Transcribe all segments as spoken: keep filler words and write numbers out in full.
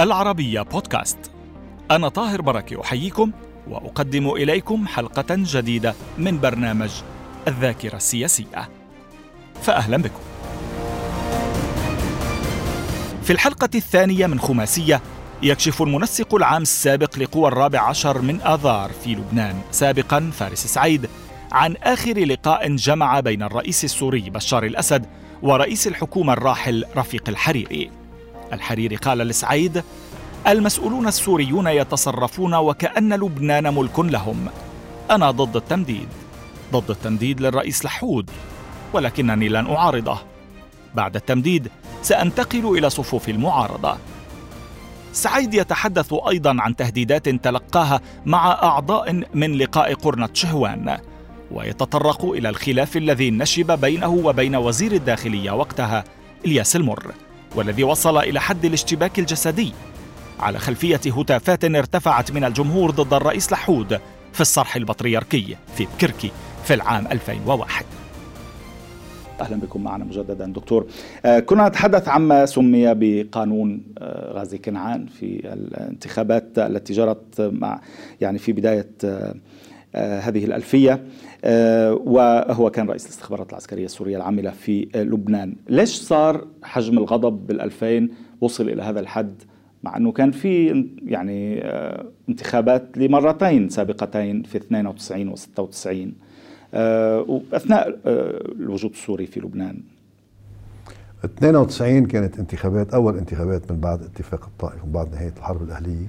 العربية بودكاست. أنا طاهر بركة أحييكم وأقدم إليكم حلقة جديدة من برنامج الذاكرة السياسية، فأهلا بكم. في الحلقة الثانية من خماسية يكشف المنسق العام السابق لقوى الرابع عشر من آذار في لبنان سابقا فارس سعيد عن آخر لقاء جمع بين الرئيس السوري بشار الأسد ورئيس الحكومة الراحل رفيق الحريري. الحريري قال لسعيد: المسؤولون السوريون يتصرفون وكأن لبنان ملك لهم. أنا ضد التمديد، ضد التمديد للرئيس لحود، ولكنني لن أعارضه. بعد التمديد سأنتقل إلى صفوف المعارضة. سعيد يتحدث أيضا عن تهديدات تلقاها مع أعضاء من لقاء قرنة شهوان، ويتطرق إلى الخلاف الذي نشب بينه وبين وزير الداخلية وقتها إلياس المر، والذي وصل إلى حد الاشتباك الجسدي على خلفية هتافات ارتفعت من الجمهور ضد الرئيس لحود في الصرح البطريركي في بكركي في العام ألفين وواحد. أهلا بكم معنا مجددا دكتور. آه كنا نتحدث عما سمي بقانون آه غازي كنعان في الانتخابات التي جرت مع يعني في بداية آه آه هذه الألفية، آه وهو كان رئيس الاستخبارات العسكرية السورية العاملة في آه لبنان. ليش صار حجم الغضب بالألفين وصل إلى هذا الحد، مع أنه كان في يعني آه انتخابات لمرتين سابقتين في اثنين وتسعين و ستة وتسعين وأثناء الوجود السوري في لبنان؟ اثنين وتسعين كانت انتخابات، أول انتخابات من بعد اتفاق الطائف ومن بعد نهاية الحرب الأهلية.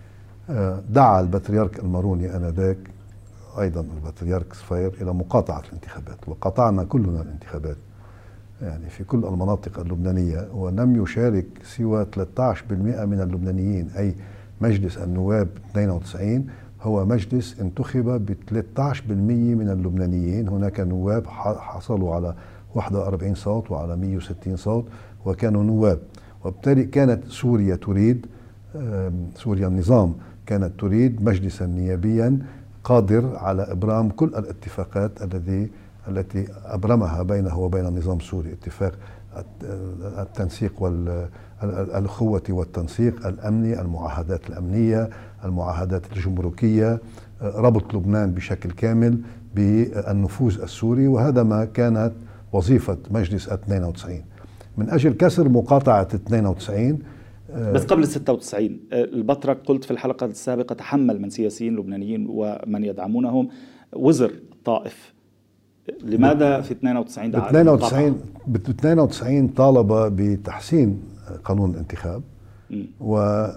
دعا البطريرك الماروني آنذاك أيضا البطريرك صفير إلى مقاطعة الانتخابات، وقطعنا كلنا الانتخابات يعني في كل المناطق اللبنانية، ولم يشارك سوى ثلاثة عشر بالمئة من اللبنانيين. أي مجلس النواب اثنين وتسعين هو مجلس انتخب ب ثلاثة عشر بالمئة من اللبنانيين. هناك نواب حصلوا على واحد وأربعين صوت وعلى مئة وستين صوت وكانوا نواب، وبالتالي كانت سوريا تريد سوريا النظام كانت تريد مجلسا نيابيا قادر على إبرام كل الاتفاقات التي التي أبرمها بينه وبين النظام السوري، اتفاق التنسيق والأخوة والتنسيق الأمني، المعاهدات الأمنية، المعاهدات الجمركية، ربط لبنان بشكل كامل بالنفوذ السوري. وهذا ما كانت وظيفة مجلس اثنين وتسعين من أجل كسر مقاطعة اثنين وتسعين. بس قبل ستة وتسعين البطرك قلت في الحلقة السابقة تحمل من سياسيين لبنانيين ومن يدعمونهم وزر الطائف. لماذا في اثنين وتسعين ب اثنين وتسعين ب اثنين وتسعين طالب بتحسين قانون الانتخاب و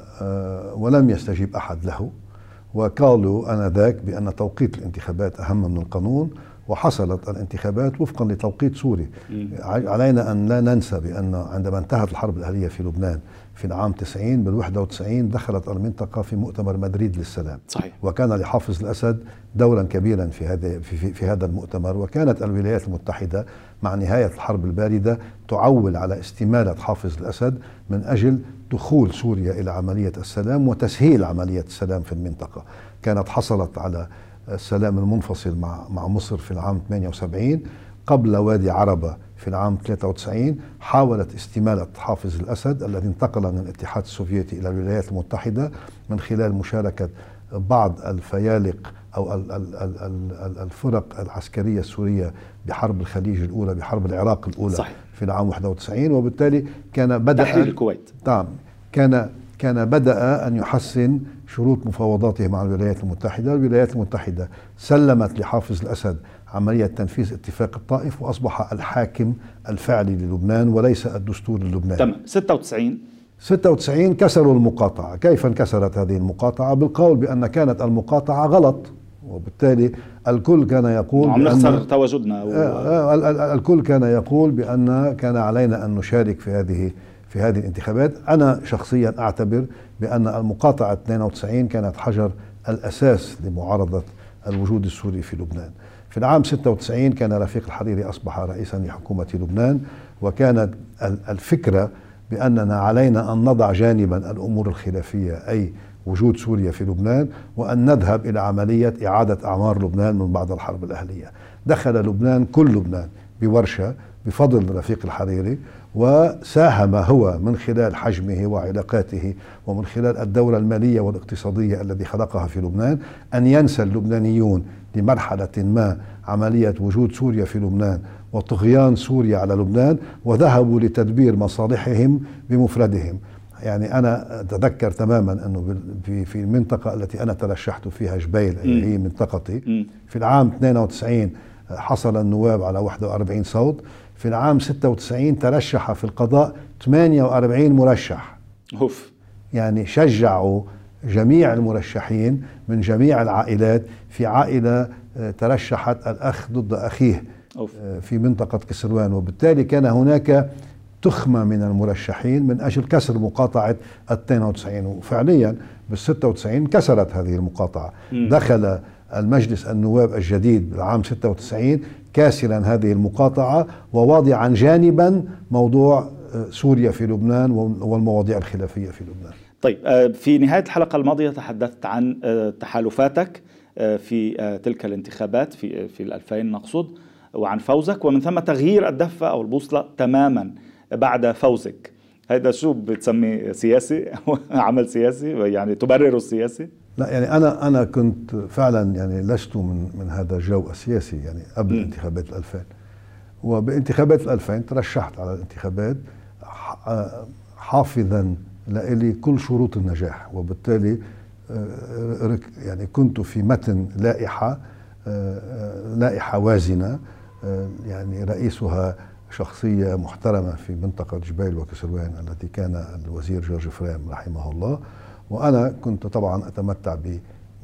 ولم يستجيب أحد له، وقالوا آنذاك بأن توقيت الانتخابات أهم من القانون، وحصلت الانتخابات وفقا لتوقيت سوري. م. علينا أن لا ننسى بأن عندما انتهت الحرب الأهلية في لبنان في العام تسعين بالواحد وتسعين دخلت المنطقة في مؤتمر مدريد للسلام. صحيح. وكان لحافظ الأسد دورا كبيرا في هذا في, في, في هذا المؤتمر، وكانت الولايات المتحدة مع نهاية الحرب الباردة تعول على استمالة حافظ الأسد من أجل دخول سوريا إلى عملية السلام وتسهيل عملية السلام في المنطقة. كانت حصلت على السلام المنفصل مع مع مصر في العام ثمانية وسبعين. قبل وادي عربة في العام ثلاثة وتسعين حاولت استمالة حافظ الأسد الذي انتقل من الاتحاد السوفيتي إلى الولايات المتحدة من خلال مشاركة بعض الفيالق أو الفرق العسكرية السورية بحرب الخليج الأولى، بحرب العراق الأولى. صحيح. في العام واحد وتسعين، وبالتالي كان بدأ تحرير الكويت. نعم كان كان بدأ أن يحسن شروط مفاوضاته مع الولايات المتحدة. الولايات المتحدة سلمت لحافظ الأسد عملية تنفيذ اتفاق الطائف، وأصبح الحاكم الفعلي للبنان وليس الدستور اللبناني. تمام. ستة وتسعين ستة وتسعين كسروا المقاطعة. كيف انكسرت هذه المقاطعة؟ بالقول بأن كانت المقاطعة غلط، وبالتالي الكل كان يقول عم نخسر تواجدنا و... الكل كان يقول بأن كان علينا أن نشارك في هذه في هذه الانتخابات. أنا شخصيا أعتبر بأن المقاطعة اثنين وتسعين كانت حجر الأساس لمعارضة الوجود السوري في لبنان. في العام ستة وتسعين كان رفيق الحريري أصبح رئيسا لحكومة لبنان، وكانت الفكرة بأننا علينا أن نضع جانبا الأمور الخلافية أي وجود سوريا في لبنان، وأن نذهب إلى عملية إعادة أعمار لبنان من بعد الحرب الأهلية. دخل لبنان كل لبنان بورشة بفضل رفيق الحريري، وساهم هو من خلال حجمه وعلاقاته ومن خلال الدورة المالية والاقتصادية التي خلقها في لبنان أن ينسى اللبنانيون لمرحلة ما عملية وجود سوريا في لبنان وطغيان سوريا على لبنان، وذهبوا لتدبير مصالحهم بمفردهم. يعني أنا أتذكر تماما أنه في في المنطقة التي أنا ترشحت فيها جبيل، هي منطقتي، في العام اثنين وتسعين حصل النواب على واحد وأربعين صوت، في العام ستة وتسعين ترشح في القضاء ثمانية وأربعين مرشح. أوف. يعني شجعوا جميع المرشحين من جميع العائلات. في عائلة ترشحت الأخ ضد أخيه أوف. في منطقة كسروان، وبالتالي كان هناك تخمة من المرشحين من أجل كسر مقاطعة اثنين وتسعين، وفعليا بالستة وتسعين كسرت هذه المقاطعة. م. دخل المجلس النواب الجديد بالعام ستة وتسعين كاسرا هذه المقاطعة وواضعا جانبا موضوع سوريا في لبنان والمواضيع الخلافية في لبنان. طيب، في نهاية الحلقة الماضية تحدثت عن تحالفاتك في تلك الانتخابات في في الألفين نقصد، وعن فوزك، ومن ثم تغيير الدفة أو البوصلة تماما بعد فوزك. هذا شو بتسمي سياسي؟ عمل سياسي يعني تبرر السياسي؟ لا، يعني أنا أنا كنت فعلا يعني لست من من هذا الجو السياسي يعني قبل م. انتخابات الألفين، وبانتخابات الألفين ترشحت على الانتخابات حافظا لإلي كل شروط النجاح، وبالتالي يعني كنت في متن لائحة لائحة وازنة، يعني رئيسها شخصية محترمة في منطقة جبيل وكسروان التي كان الوزير جورج فريم رحمه الله، وأنا كنت طبعا أتمتع ب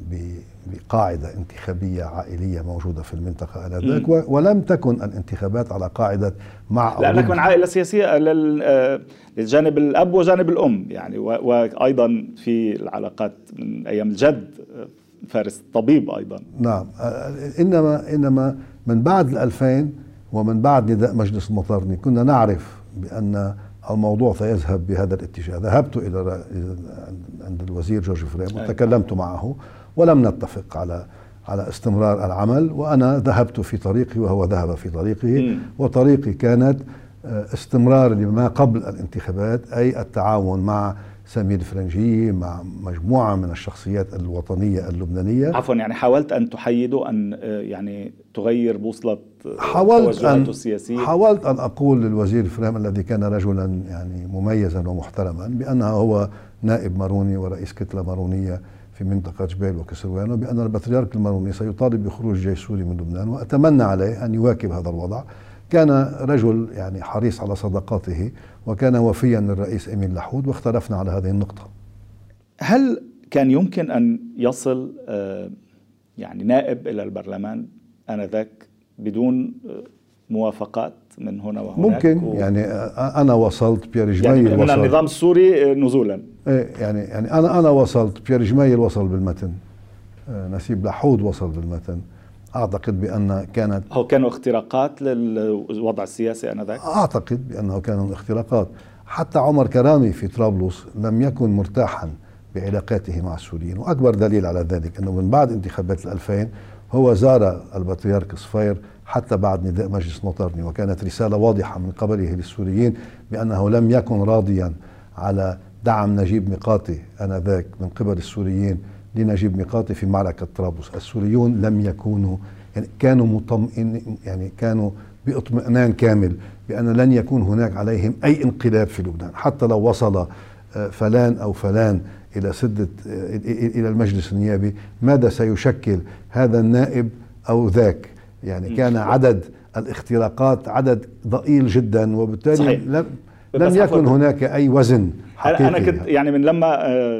بقاعدة انتخابية عائلية موجودة في المنطقة آنذاك، ولم تكن الانتخابات على قاعدة مع لأنك من عائلة سياسية للجانب الأب وجانب الأم يعني، وأيضا في العلاقات من أيام الجد فارس طبيب أيضا. نعم، إنما إنما من بعد الألفين ومن بعد نداء مجلس المطرني كنا نعرف بأن الموضوع سيذهب بهذا الاتجاه. ذهبت إلى عند الوزير جورج فريم وتكلمت معه ولم نتفق على على استمرار العمل، وأنا ذهبت في طريقي وهو ذهب في طريقه، وطريقي كانت استمرار لما قبل الانتخابات، أي التعاون مع سمير الفرنجي، مع مجموعة من الشخصيات الوطنية اللبنانية. عفوا، يعني حاولت أن تحيده، أن يعني تغير بوصلة توجهاته السياسية؟ حاولت أن أقول للوزير فريم الذي كان رجلا يعني مميزا ومحترما بأنه هو نائب ماروني ورئيس كتلة مارونية في منطقة جبيل وكسروان، وبأن البطريرك الماروني سيطالب بخروج جيش سوري من لبنان، وأتمنى عليه أن يواكب هذا الوضع. كان رجل يعني حريص على صداقاته وكان وفيا للرئيس إمين لحود، واختلفنا على هذه النقطة. هل كان يمكن أن يصل يعني نائب إلى البرلمان آنذاك بدون موافقات من هنا وهناك؟ ممكن و... يعني أنا وصلت، بيير جميل يعني من وصل النظام السوري نزولا. إيه يعني يعني أنا أنا وصلت، بيير جميل وصل بالمتن، نسيب لحود وصل بالمتن. أعتقد بأن كانت هو كانوا اختراقات للوضع السياسي آنذاك؟ أعتقد بأنه كانوا اختراقات. حتى عمر كرامي في طرابلس لم يكن مرتاحا بعلاقاته مع السوريين، وأكبر دليل على ذلك أنه من بعد انتخابات الألفين هو زار البطريرك صفير حتى بعد نداء مجلس مطرني، وكانت رسالة واضحة من قبله للسوريين بأنه لم يكن راضيا على دعم نجيب ميقاتي آنذاك من قبل السوريين لنجيب ميقاتي في معركة طرابلس. السوريون لم يكونوا يعني كانوا مطمئنين، يعني كانوا باطمئنان كامل بأن لن يكون هناك عليهم أي انقلاب في لبنان، حتى لو وصل فلان أو فلان إلى سدة إلى المجلس النيابي، ماذا سيشكل هذا النائب أو ذاك. يعني كان عدد الاختراقات عدد ضئيل جدا، وبالتالي صحيح. لم, لم يكن هناك أي وزن حقيقي. أنا كنت يعني من لما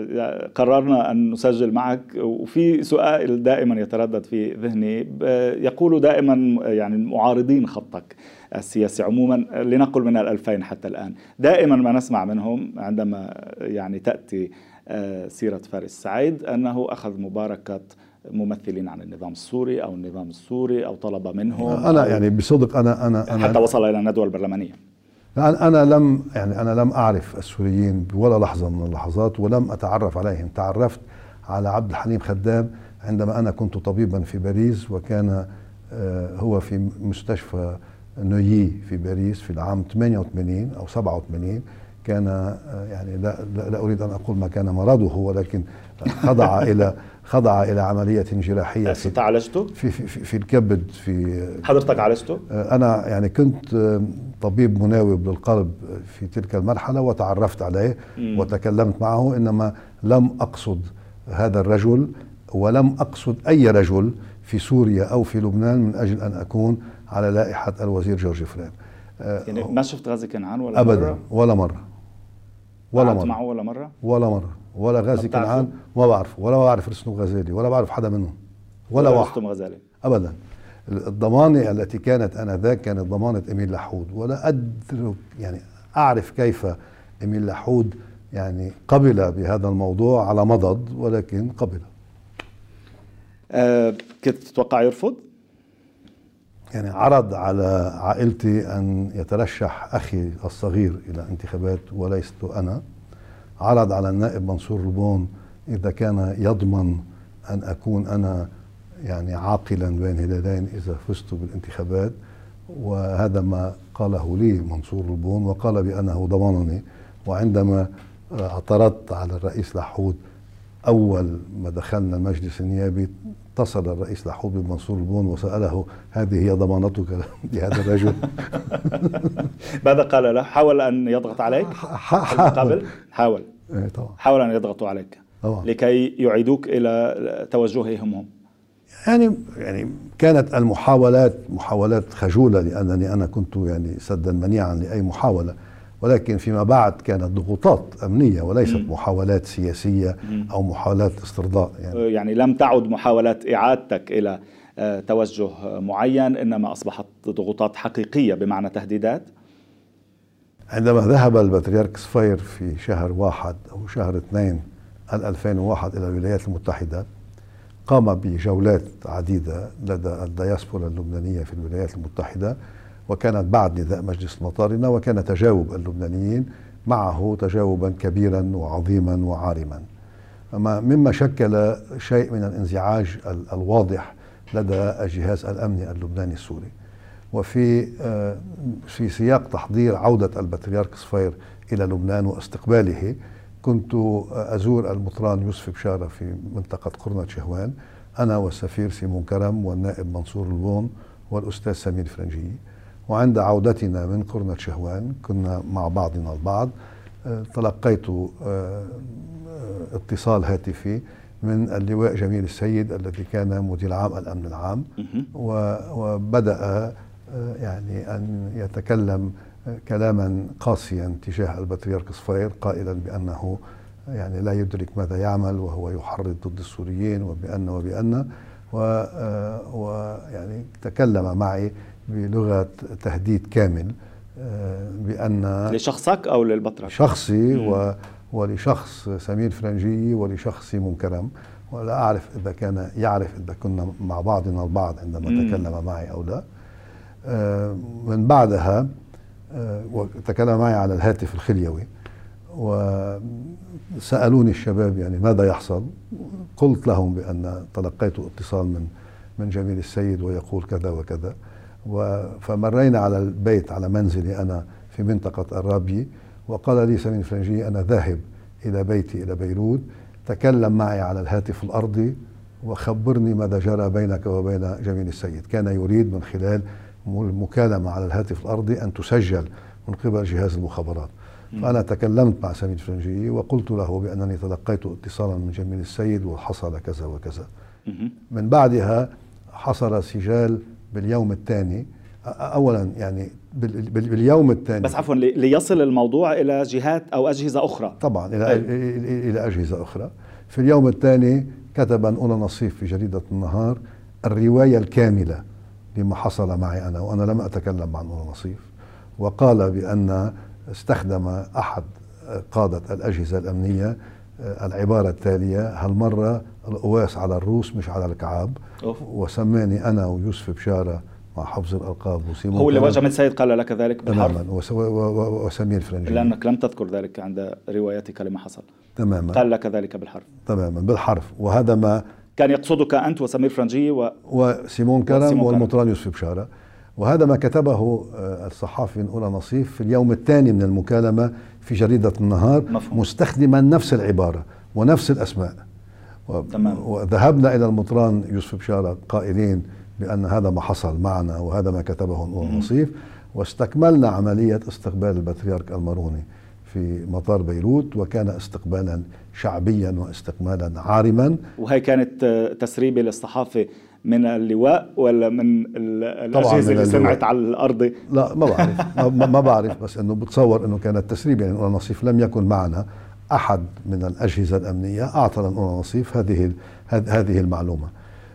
قررنا أن نسجل معك، وفي سؤال دائما يتردد في ذهني، يقول دائما يعني المعارضين خطك السياسي عموما، لنقل من الألفين حتى الآن، دائما ما نسمع منهم عندما يعني تأتي سيرة فارس سعيد أنه أخذ مباركة ممثلين عن النظام السوري أو النظام السوري أو طلب منهم. أنا يعني بصدق أنا أنا حتى وصل إلى الندوة البرلمانية. أنا لم يعني أنا لم أعرف السوريين ولا لحظة من اللحظات، ولم أتعرف عليهم. تعرفت على عبد الحليم خدام عندما أنا كنت طبيبا في باريس، وكان هو في مستشفى نويي في باريس في العام ثمانية وثمانين أو سبعة وثمانين، كان يعني لا, لا أريد أن أقول ما كان مرضه، ولكن خضع إلى خضع إلى عملية جراحية في عالجته في, في, في, في الكبد. في حضرتك عالجته؟ أنا يعني كنت طبيب مناوب للقلب في تلك المرحلة وتعرفت عليه م. وتكلمت معه، إنما لم أقصد هذا الرجل ولم أقصد أي رجل في سوريا أو في لبنان من أجل أن أكون على لائحة الوزير جورج فريم. يعني ما شفت غازي كنعان ولا أبداً مرة؟ ولا مرة ولا مرة معه ولا مرة؟ ولا مرة ولا غازي كنعان ما بعرفه، ولا بعرف رستم غزالي، ولا بعرف حدا منهم ولا, ولا واحد رستم غزالي أبدا. الضمانة التي كانت آنذاك كانت ضمانة إميل لحود، ولا أدرك يعني أعرف كيف إميل لحود يعني قبل بهذا الموضوع على مضض، ولكن قبل. أه كنت تتوقع يرفض؟ يعني عرض على عائلتي أن يترشح أخي الصغير إلى انتخابات وليست أنا. عرض على النائب منصور البون إذا كان يضمن أن أكون أنا يعني عاقلا بين هلالين إذا فزت بالانتخابات، وهذا ما قاله لي منصور البون، وقال بأنه ضمنني. وعندما اعترضت على الرئيس لحود أول ما دخلنا المجلس النيابي، اتصل الرئيس لحود بمنصور البون وسأله: هذه هي ضمانتك لهذا الرجل؟ ماذا قال له؟ حاول أن يضغط عليك المقابل؟ حاول إيه طبعا. حاول أن يضغطوا عليك طبعا. لكي يعيدوك إلى توجههم هم. يعني يعني كانت المحاولات محاولات خجولة، لأنني أنا كنت يعني سدا منيعا لأي محاولة، ولكن فيما بعد كانت ضغوطات أمنية وليست م. محاولات سياسية م. أو محاولات استرضاء. يعني. يعني لم تعد محاولات إعادتك إلى توجه معين، إنما أصبحت ضغوطات حقيقية بمعنى تهديدات. عندما ذهب البطريرك صفير في شهر واحد أو شهر اثنين ألفين وواحد إلى الولايات المتحدة، قام بجولات عديدة لدى الدياسبورا اللبنانية في الولايات المتحدة، وكانت بعد نداء مجلس المطارنة، وكان تجاوب اللبنانيين معه تجاوبا كبيرا وعظيما وعارما، مما شكل شيء من الانزعاج الواضح لدى الجهاز الأمني اللبناني السوري. وفي في سياق تحضير عودة البطريرك صفير إلى لبنان واستقباله، كنت أزور المطران يوسف بشارة في منطقة قرنة شهوان، أنا والسفير سيمون كرم والنائب منصور البون والأستاذ سمير فرنجي. وعند عودتنا من قرنة شهوان كنا مع بعضنا البعض، تلقيت اتصال هاتفي من اللواء جميل السيد الذي كان مدير عام الأمن العام، وبدأ يعني أن يتكلم كلاما قاسيا تجاه البطريرك صفير، قائلا بأنه يعني لا يدرك ماذا يعمل وهو يحرض ضد السوريين وبأن وبأن ويعني تكلم معي بلغة تهديد كامل بأن لشخصك أو للبطريرك؟ شخصي و ولشخص سمير فرنجي ولشخص سيمون كرم، ولا أعرف إذا كان يعرف إذا كنا مع بعضنا البعض عندما مم. تكلم معي أو لا. من بعدها تكلم معي على الهاتف الخليوي، وسألوني الشباب يعني ماذا يحصل. قلت لهم بأن تلقيت اتصال من من جميل السيد ويقول كذا وكذا. فمرينا على البيت، على منزلي أنا في منطقة الرابية، وقال لي سمير فرنجي: أنا ذاهب إلى بيتي إلى بيروت، تكلم معي على الهاتف الأرضي وخبرني ماذا جرى بينك وبين جميل السيد. كان يريد من خلال المكالمة على الهاتف الأرضي أن تسجل من قبل جهاز المخابرات. فأنا تكلمت مع سمير فرنجي وقلت له بأنني تلقيت اتصالا من جميل السيد وحصل كذا وكذا. من بعدها حصل سجال باليوم الثاني، أولا يعني باليوم الثاني، بس عفوا ليصل الموضوع إلى جهات أو أجهزة أخرى. طبعا إلى, أي. إلى أجهزة أخرى. في اليوم الثاني كتب أنونا نصيف في جريدة النهار الرواية الكاملة لما حصل معي أنا، وأنا لم أتكلم مع أنونا نصيف، وقال بأن استخدم أحد قادة الأجهزة الأمنية العبارة التالية: هالمرة القواس على الروس مش على الكعاب. أوف. وسماني أنا ويوسف بشارة مع حفظ الألقاب وسيمون. هو اللي جميل السيد قال لك ذلك بالحرف؟ تماما. وسمير فرنجي، لأنك لم تذكر ذلك عند روايتك لما حصل. تماما. قال لك ذلك بالحرف؟ تماما بالحرف. وهذا ما كان يقصدك أنت وسمير فرنجي و... وسيمون كرم والمطران يوسف بشارة. وهذا ما كتبه الصحافي أولى نصيف في اليوم الثاني من المكالمة في جريدة النهار، مفهوم. مستخدما نفس العبارة ونفس الأسماء. تمام. وذهبنا إلى المطران يوسف بشارة قائلين بأن هذا ما حصل معنا وهذا ما كتبه أولى نصيف، واستكملنا عملية استقبال البطريرك الماروني في مطار بيروت، وكان استقبالا شعبيا واستقبالا عارما. وهي كانت تسريبة للصحافة من اللواء ولا من الأجهزة اللي سمعت على الأرض؟ لا ما بعرف ما, ما بعرف، بس أنه بتصور أنه كانت تسريبة، يعني أولى نصيف لم يكن معنا أحد من الأجهزة الأمنية أعطى لأولى نصيف هذه هذه المعلومة.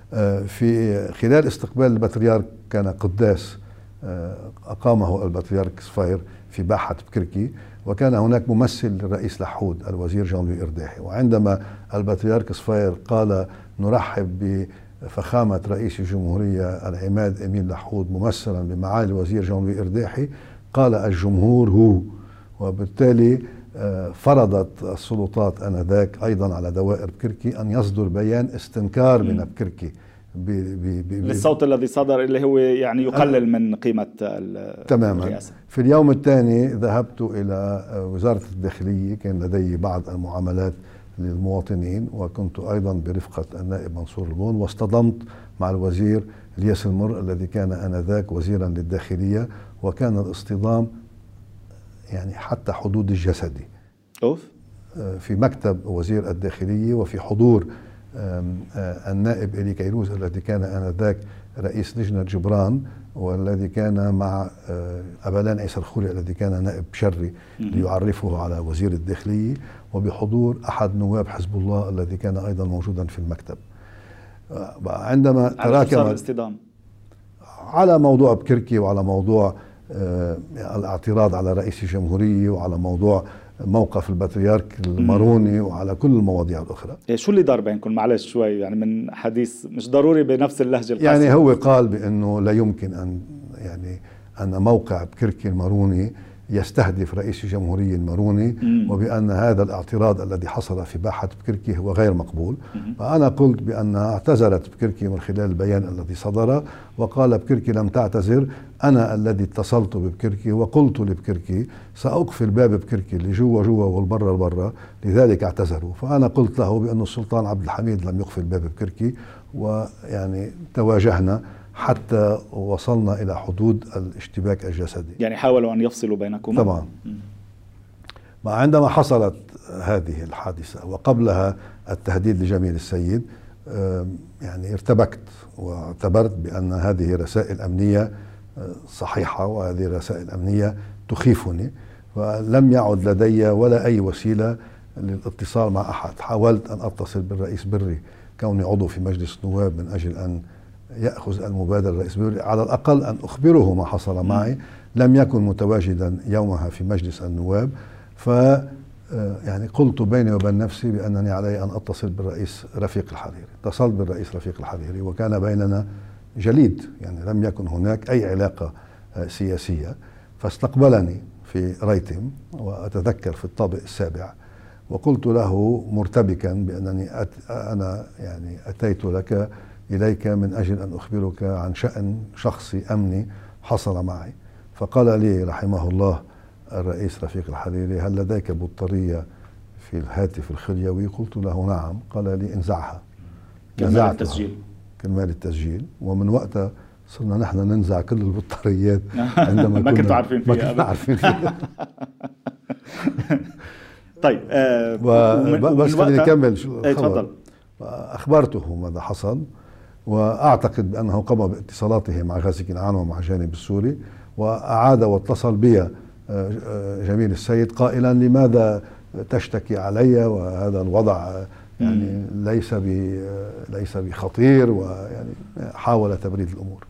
في خلال استقبال البطريرك كان قداس أقامه البطريرك صفير في باحة بكركي، وكان هناك ممثل للرئيس لحود الوزير جان لوي إرداحي. وعندما البطريرك صفير قال نرحب بفخامة رئيس الجمهورية العماد أمين لحود ممثلا بمعالي الوزير جان لوي إرداحي، قال الجمهور هو. وبالتالي فرضت السلطات آنذاك أيضا على دوائر بكركي أن يصدر بيان استنكار من بكركي للصوت الذي صدر، اللي هو يعني يقلل من قيمة تماما. الرئاسة. في اليوم الثاني ذهبت إلى وزارة الداخلية، كان لدي بعض المعاملات للمواطنين، وكنت أيضا برفقة النائب منصور البون، واصطدمت مع الوزير الياس المر الذي كان آنذاك وزيرا للداخلية، وكان الاصطدام يعني حتى حدود الجسدي. أوف. في مكتب وزير الداخلية وفي حضور النائب إلي كيروز الذي كان آنذاك رئيس لجنة جبران، والذي كان مع أبلان عيسى الخولي الذي كان نائب شري ليعرفه على وزير الداخلية، وبحضور أحد نواب حزب الله الذي كان أيضا موجودا في المكتب. عندما تراكم الاصطدام على موضوع بكركي وعلى موضوع الاعتراض على رئيس الجمهورية وعلى موضوع موقف البطريرك الماروني وعلى كل المواضيع الأخرى. شو اللي دار بينكم؟ معلش شوي يعني من حديث مش ضروري بنفس اللهجة القاسية. يعني هو قال بأنه لا يمكن أن يعني أن موقع بكركي الماروني يستهدف رئيس الجمهورية الماروني، مم. وبأن هذا الاعتراض الذي حصل في باحة بكركي هو غير مقبول. مم. فأنا قلت بأن اعتذرت بكركي من خلال البيان الذي صدر، وقال بكركي لم تعتذر، أنا الذي اتصلت ببكركي وقلت لبكركي سأقفل باب بكركي اللي جوا جوا والبرا البرا، لذلك اعتذروا. فأنا قلت له بأن السلطان عبد الحميد لم يقفل باب بكركي، ويعني تواجهنا حتى وصلنا إلى حدود الاشتباك الجسدي. يعني حاولوا أن يفصلوا بينكم؟ طبعا. ما عندما حصلت هذه الحادثة وقبلها التهديد لجميل السيد، يعني ارتبكت واعتبرت بأن هذه رسائل أمنية صحيحة، وهذه رسائل أمنية تخيفني، ولم يعد لدي ولا أي وسيلة للاتصال مع أحد. حاولت أن أتصل بالرئيس بري كوني عضو في مجلس النواب من أجل أن يأخذ المبادرة الرئيس بري، على الأقل أن أخبره ما حصل معي. لم يكن متواجدا يومها في مجلس النواب، ف يعني قلت بيني وبين نفسي بأنني علي أن أتصل بالرئيس رفيق الحريري. اتصلت بالرئيس رفيق الحريري وكان بيننا جليد، يعني لم يكن هناك أي علاقة سياسية. فاستقبلني في ريتم، وأتذكر في الطابق السابع، وقلت له مرتبكا بأنني أت أنا يعني أتيت لك إليك من أجل أن أخبرك عن شأن شخصي أمني حصل معي. فقال لي رحمه الله الرئيس رفيق الحريري هل لديك بطارية في الهاتف الخليوي؟ قلت له نعم. قال لي انزعها. كمال التسجيل. كمال التسجيل. ومن وقتها صرنا نحن ننزع كل البطاريات عندما ما كنتوا عارفين فيها. ما كنتوا عارفين فيها. طيب آه بس خليني نكمل شو تفضل. أخبرته ماذا حصل، وأعتقد بأنه قام باتصالاته مع غازي كنعان ومع جانب السوري، وأعاد واتصل بي جميل السيد قائلا لماذا تشتكي علي، وهذا الوضع يعني ليس ليس بخطير، ويعني حاول تبريد الأمور.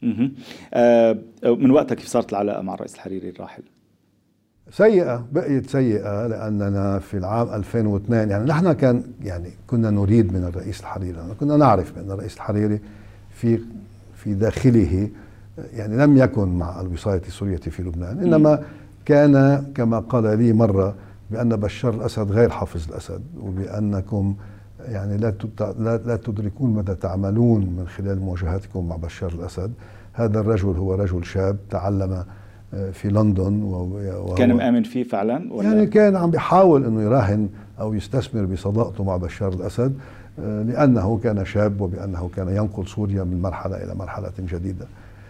من وقتها كيف صارت العلاقة مع الرئيس الحريري الراحل؟ سيئة، بقيت سيئة، لأننا في العام ألفين واثنين يعني نحن كان يعني كنا نريد من الرئيس الحريري، كنا نعرف بأن الرئيس الحريري في في داخله يعني لم يكن مع الوصاية السورية في لبنان، إنما كان كما قال لي مرة بأن بشار الأسد غير حافظ الأسد، وبأنكم يعني لا لا تدركون ماذا تعملون من خلال مواجهاتكم مع بشار الأسد. هذا الرجل هو رجل شاب تعلم في لندن وهو كان مآمن فيه فعلا ولا؟ يعني كان عم بيحاول انه يراهن او يستثمر بصداقته مع بشار الاسد لانه كان شاب وبانه كان ينقل سوريا من مرحله الى مرحله جديده.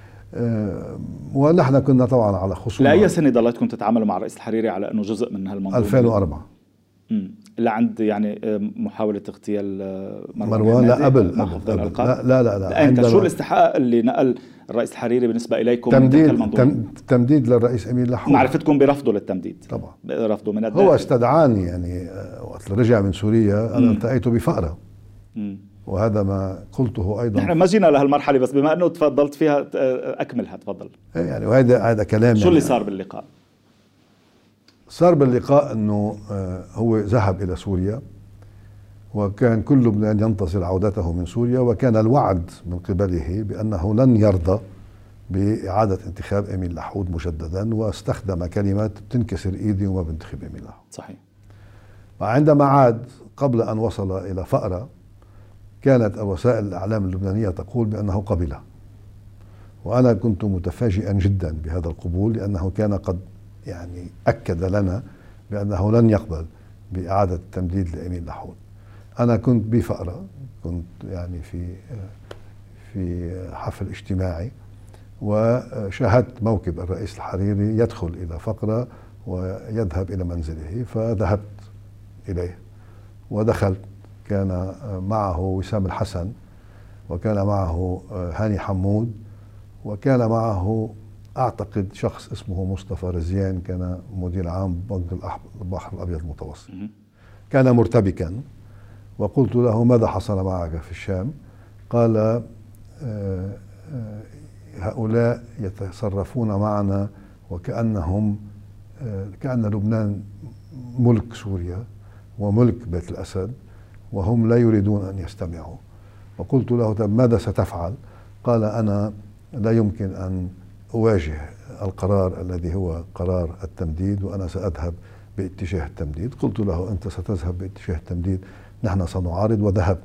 ونحن كنا طبعا على خصوم. لا أي سنة ضليتكم تتعاملوا مع الرئيس الحريري على انه جزء من هالمنظومه؟ ألفين وأربعة. امم لعند يعني محاولة اغتيال مروان, مروان لا قبل, قبل. قبل. لا لا لا, لا. انت شو الاستحقاق اللي نقل الرئيس الحريري بالنسبة إليكم تمديد من تم تمديد للرئيس أمين لحود؟ معرفتكم برفضه للتمديد طبعا برفضه من الداخل. هو استدعاني يعني وقت رجع من سوريا أنا التقيته بفقرة مم. وهذا ما قلته أيضا. نحن ما جينا لهالمرحلة بس بما أنه تفضلت فيها أكملها تفضل. يعني وهذا هذا كلام. شو يعني اللي صار باللقاء؟ صار باللقاء أنه هو ذهب إلى سوريا وكان كل لبنان ينتظر عودته من سوريا، وكان الوعد من قبله بأنه لن يرضى بإعادة انتخاب أمين لحود مجددا، واستخدم كلمات بتنكسر إيدي وما بنتخب أمين لحود. صحيح. وعندما عاد قبل أن وصل إلى فأرة كانت وسائل الإعلام اللبنانية تقول بأنه قبل، وأنا كنت متفاجئا جدا بهذا القبول، لأنه كان قد يعني أكد لنا بأنه لن يقبل بإعادة التمديد لأمين لحود. أنا كنت بفأرة، كنت يعني في في حفل اجتماعي وشاهدت موكب الرئيس الحريري يدخل إلى فقرة ويذهب إلى منزله، فذهبت إليه ودخلت. كان معه وسام الحسن، وكان معه هاني حمود، وكان معه أعتقد شخص اسمه مصطفى رزيان كان مدير عام بنك البحر الأبيض المتوسط. كان مرتبكا، وقلت له ماذا حصل معك في الشام؟ قال هؤلاء يتصرفون معنا وكأنهم كأن لبنان ملك سوريا وملك بيت الأسد، وهم لا يريدون أن يستمعوا. وقلت له طب ماذا ستفعل؟ قال أنا لا يمكن أن أواجه القرار الذي هو قرار التمديد، وأنا سأذهب باتجاه التمديد. قلت له أنت ستذهب باتجاه التمديد، نحن سنعارض. وذهبت.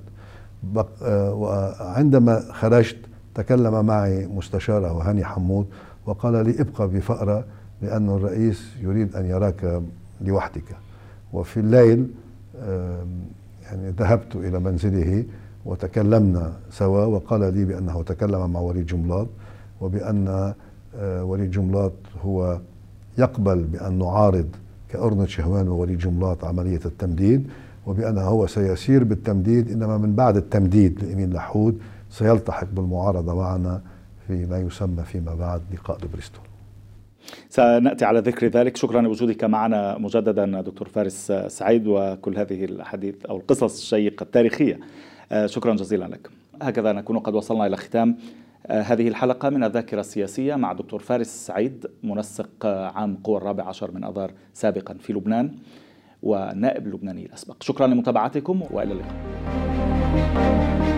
وعندما خرجت تكلم معي مستشاره هاني حمود وقال لي ابقى بفأرة لأن الرئيس يريد أن يراك لوحدك. وفي الليل يعني ذهبت إلى منزله وتكلمنا سوا، وقال لي بأنه تكلم مع وليد جملاط، وبأن وليد جملاط هو يقبل بأن نعارض كأرنة شهوان ووليد جملاط عملية التمديد، وبأنه هو سيسير بالتمديد، إنما من بعد التمديد لأمين لحود سيلتحق بالمعارضة معنا في ما يسمى فيما بعد لقاء بريستول. سنأتي على ذكر ذلك. شكرا لوجودك معنا مجددا دكتور فارس سعيد، وكل هذه الحديث أو القصص الشيقة التاريخية. شكرا جزيلا لك. هكذا نكون قد وصلنا إلى ختام هذه الحلقة من الذاكرة السياسية مع دكتور فارس سعيد، منسق عام قوى الرابع عشر من أذار سابقا في لبنان ونائب لبناني الأسبق. شكرا لمتابعتكم وإلى اللقاء.